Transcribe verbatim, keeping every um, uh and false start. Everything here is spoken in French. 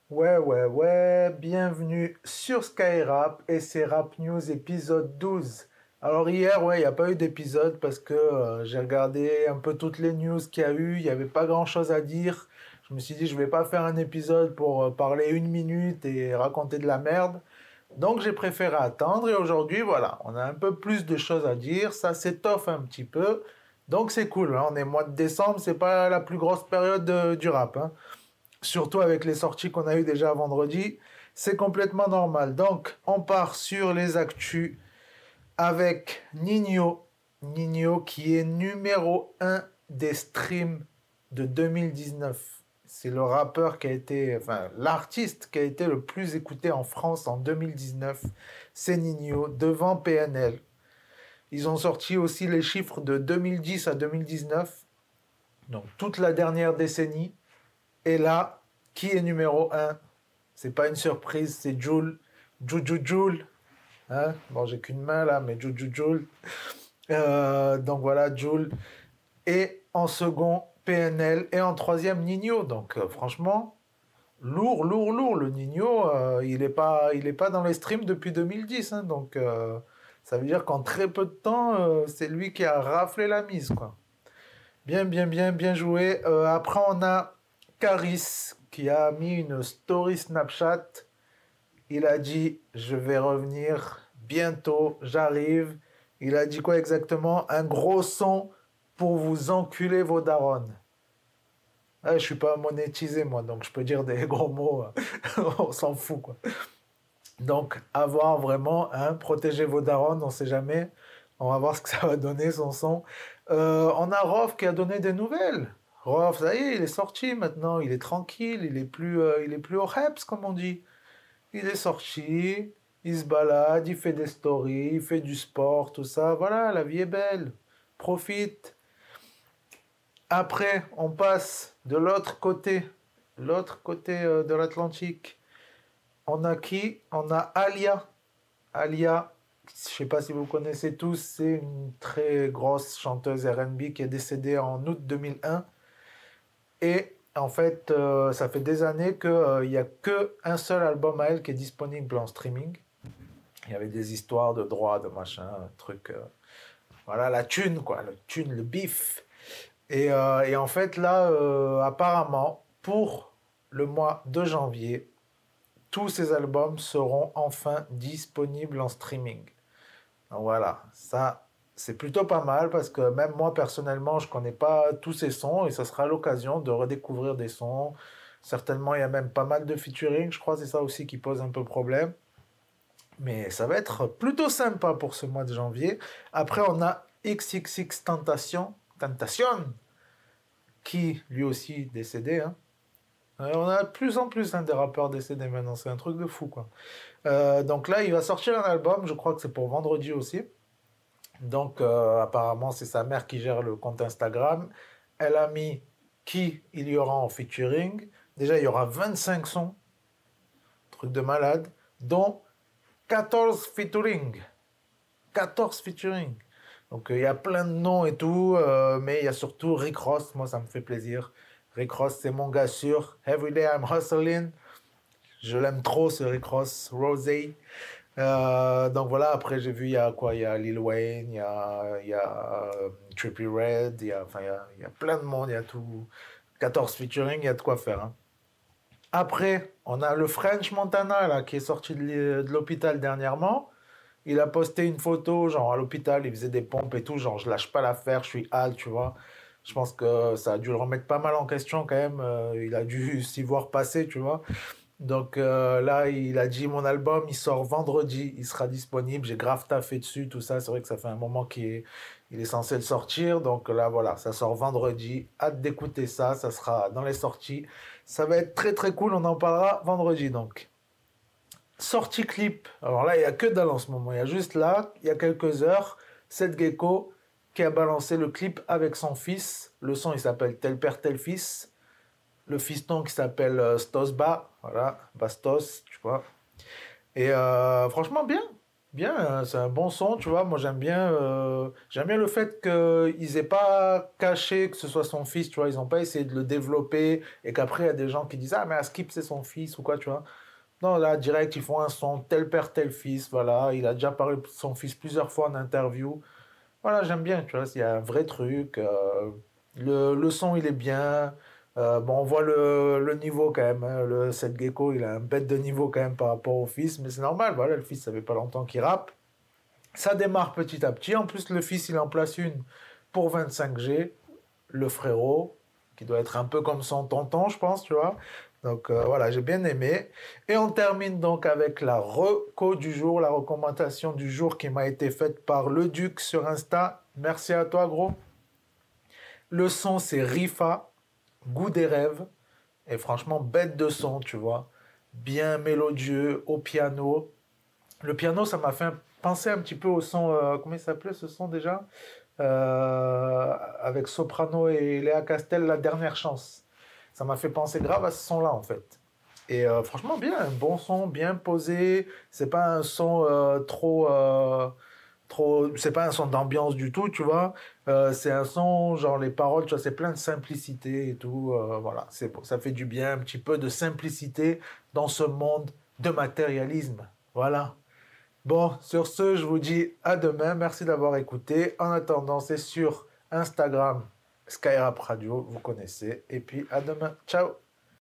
Ouais, ouais, ouais, bienvenue sur Skyrap et c'est Rap News épisode douze. Alors hier, ouais, il n'y a pas eu d'épisode parce que euh, j'ai regardé un peu toutes les news qu'il y a eu, il n'y avait pas grand-chose à dire. Je me suis dit, je vais pas faire un épisode pour euh, parler une minute et raconter de la merde. Donc j'ai préféré attendre et aujourd'hui, voilà, on a un peu plus de choses à dire, ça s'étoffe un petit peu. Donc c'est cool, hein, on est mois de décembre, c'est pas la plus grosse période euh, du rap, hein, surtout avec les sorties qu'on a eues déjà vendredi, c'est complètement normal. Donc, on part sur les actus avec Nino. Nino qui est numéro un des streams de deux mille dix-neuf. C'est le rappeur qui a été, enfin, l'artiste qui a été le plus écouté en France en deux mille dix-neuf. C'est Nino, devant P N L. Ils ont sorti aussi les chiffres de deux mille dix à deux mille dix-neuf, donc toute la dernière décennie. Et là, qui est numéro un? C'est pas une surprise, c'est Joule. Juju Joule. Hein, bon, j'ai qu'une main là, mais Juju Joule. Euh, donc voilà, Joule. Et en second, P N L. Et en troisième, Nino. Donc euh, franchement, lourd, lourd, lourd. Le Nino, euh, il n'est pas, il est pas dans les streams depuis deux mille dix. Hein, donc euh, ça veut dire qu'en très peu de temps, euh, c'est lui qui a raflé la mise, quoi. Bien, bien, bien, bien joué. Euh, après, on a Caris qui a mis une story Snapchat. Il a dit, je vais revenir bientôt, j'arrive. Il a dit quoi exactement? Un gros son pour vous enculer vos darons. Ah, je suis pas monétisé, moi, donc je peux dire des gros mots. On s'en fout, quoi. Donc, avoir vraiment, hein, protéger vos darons, on sait jamais. On va voir ce que ça va donner, son son. Euh, on a Rof qui a donné des nouvelles. Rof, ça y est, il est sorti maintenant, il est tranquille, il est plus, euh, il est plus au reps, comme on dit. Il est sorti, il se balade, il fait des stories, il fait du sport, tout ça. Voilà, la vie est belle. Profite. Après, on passe de l'autre côté, l'autre côté euh, de l'Atlantique. On a qui? On a Alia. Alia, je ne sais pas si vous connaissez tous, c'est une très grosse chanteuse R and B qui est décédée en août deux mille un. Et en fait, euh, ça fait des années qu'il euh, n'y a qu'un seul album à elle qui est disponible en streaming. Il y avait des histoires de droits, de machin, un truc. Euh, voilà, la thune, quoi, le thune, le bif. Et, euh, et en fait, là, euh, apparemment, pour le mois de janvier, tous ces albums seront enfin disponibles en streaming. Donc voilà, ça, c'est plutôt pas mal parce que même moi, personnellement, je connais pas tous ces sons et ça sera l'occasion de redécouvrir des sons. Certainement, il y a même pas mal de featuring, je crois, c'est ça aussi qui pose un peu problème. Mais ça va être plutôt sympa pour ce mois de janvier. Après, on a X X X Tentation, Tentation, qui lui aussi décédé. Hein. Euh, on a de plus en plus hein, des rappeurs décédés maintenant, c'est un truc de fou, quoi. Euh, donc là, il va sortir un album, je crois que c'est pour vendredi aussi. Donc euh, apparemment, c'est sa mère qui gère le compte Instagram. Elle a mis qui il y aura en featuring. Déjà, il y aura vingt-cinq sons, truc de malade, dont quatorze featuring. quatorze featuring. Donc il euh, y a plein de noms et tout, euh, mais il y a surtout Rick Ross, moi ça me fait plaisir. Rick Ross, c'est mon gars sûr. Everyday I'm hustling. Je l'aime trop ce Rick Ross. Rosé. Euh, donc voilà, après j'ai vu, il y a quoi? Il y a Lil Wayne, il y a, il y a euh, Trippie Redd, il y a, enfin, il y a, il y a plein de monde, il y a tout. quatorze featuring, il y a de quoi faire. Hein. Après, on a le French Montana là, qui est sorti de l'hôpital dernièrement. Il a posté une photo, genre à l'hôpital, il faisait des pompes et tout, genre je lâche pas l'affaire, je suis hal, tu vois. Je pense que ça a dû le remettre pas mal en question quand même. Euh, il a dû s'y voir passer, tu vois. Donc euh, là, il a dit mon album, il sort vendredi, il sera disponible. J'ai grave taffé dessus, tout ça. C'est vrai que ça fait un moment qu'il est, il est censé le sortir. Donc là, voilà, ça sort vendredi. Hâte d'écouter ça, ça sera dans les sorties. Ça va être très très cool, on en parlera vendredi donc. Sortie clip. Alors là, il n'y a que dalle en ce moment. Il y a juste là, il y a quelques heures, Seth Gecko qui a balancé le clip avec son fils. Le son, il s'appelle Tel Père, Tel Fils. Le fiston qui s'appelle euh, Stosba. Voilà, Bastos, tu vois. Et euh, franchement, bien. Bien, euh, c'est un bon son, tu vois. Moi, j'aime bien, euh, j'aime bien le fait qu'ils aient pas caché que ce soit son fils, tu vois. Ils ont pas essayé de le développer et qu'après, il y a des gens qui disent, ah, mais Skip, c'est son fils ou quoi, tu vois. Non, là, direct, ils font un son, tel père, tel fils, voilà. Il a déjà parlé de son fils plusieurs fois en interview. Voilà, j'aime bien, tu vois. Il y a un vrai truc. euh, le, le son, il est bien. Euh, bon, on voit le, le niveau quand même, hein. Le Seth Gecko, il a un bête de niveau quand même par rapport au fils, mais c'est normal, voilà. Le fils, ça fait pas longtemps qu'il rappe. Ça démarre petit à petit. En plus, le fils, il en place une pour vingt-cinq G. Le frérot, qui doit être un peu comme son tonton, je pense, tu vois. Donc euh, voilà, j'ai bien aimé. Et on termine donc avec la reco du jour, la recommandation du jour qui m'a été faite par le Duc sur Insta. Merci à toi, gros. Le son, c'est Rifa, Goût des rêves. Et franchement, bête de son, tu vois. Bien mélodieux, au piano. Le piano, ça m'a fait penser un petit peu au son. Euh, comment il s'appelait ce son déjà? Euh, Avec Soprano et Léa Castel, La Dernière Chance. Ça m'a fait penser grave à ce son-là, en fait. Et euh, franchement, bien, un bon son, bien posé. C'est pas un son euh, trop. euh, trop c'est pas un son d'ambiance du tout, tu vois. Euh, c'est un son, genre les paroles, tu vois, c'est plein de simplicité et tout. Euh, voilà, c'est, ça fait du bien, un petit peu de simplicité dans ce monde de matérialisme. Voilà. Bon, sur ce, je vous dis à demain. Merci d'avoir écouté. En attendant, c'est sur Instagram, Skyrap Radio, vous connaissez. Et puis à demain. Ciao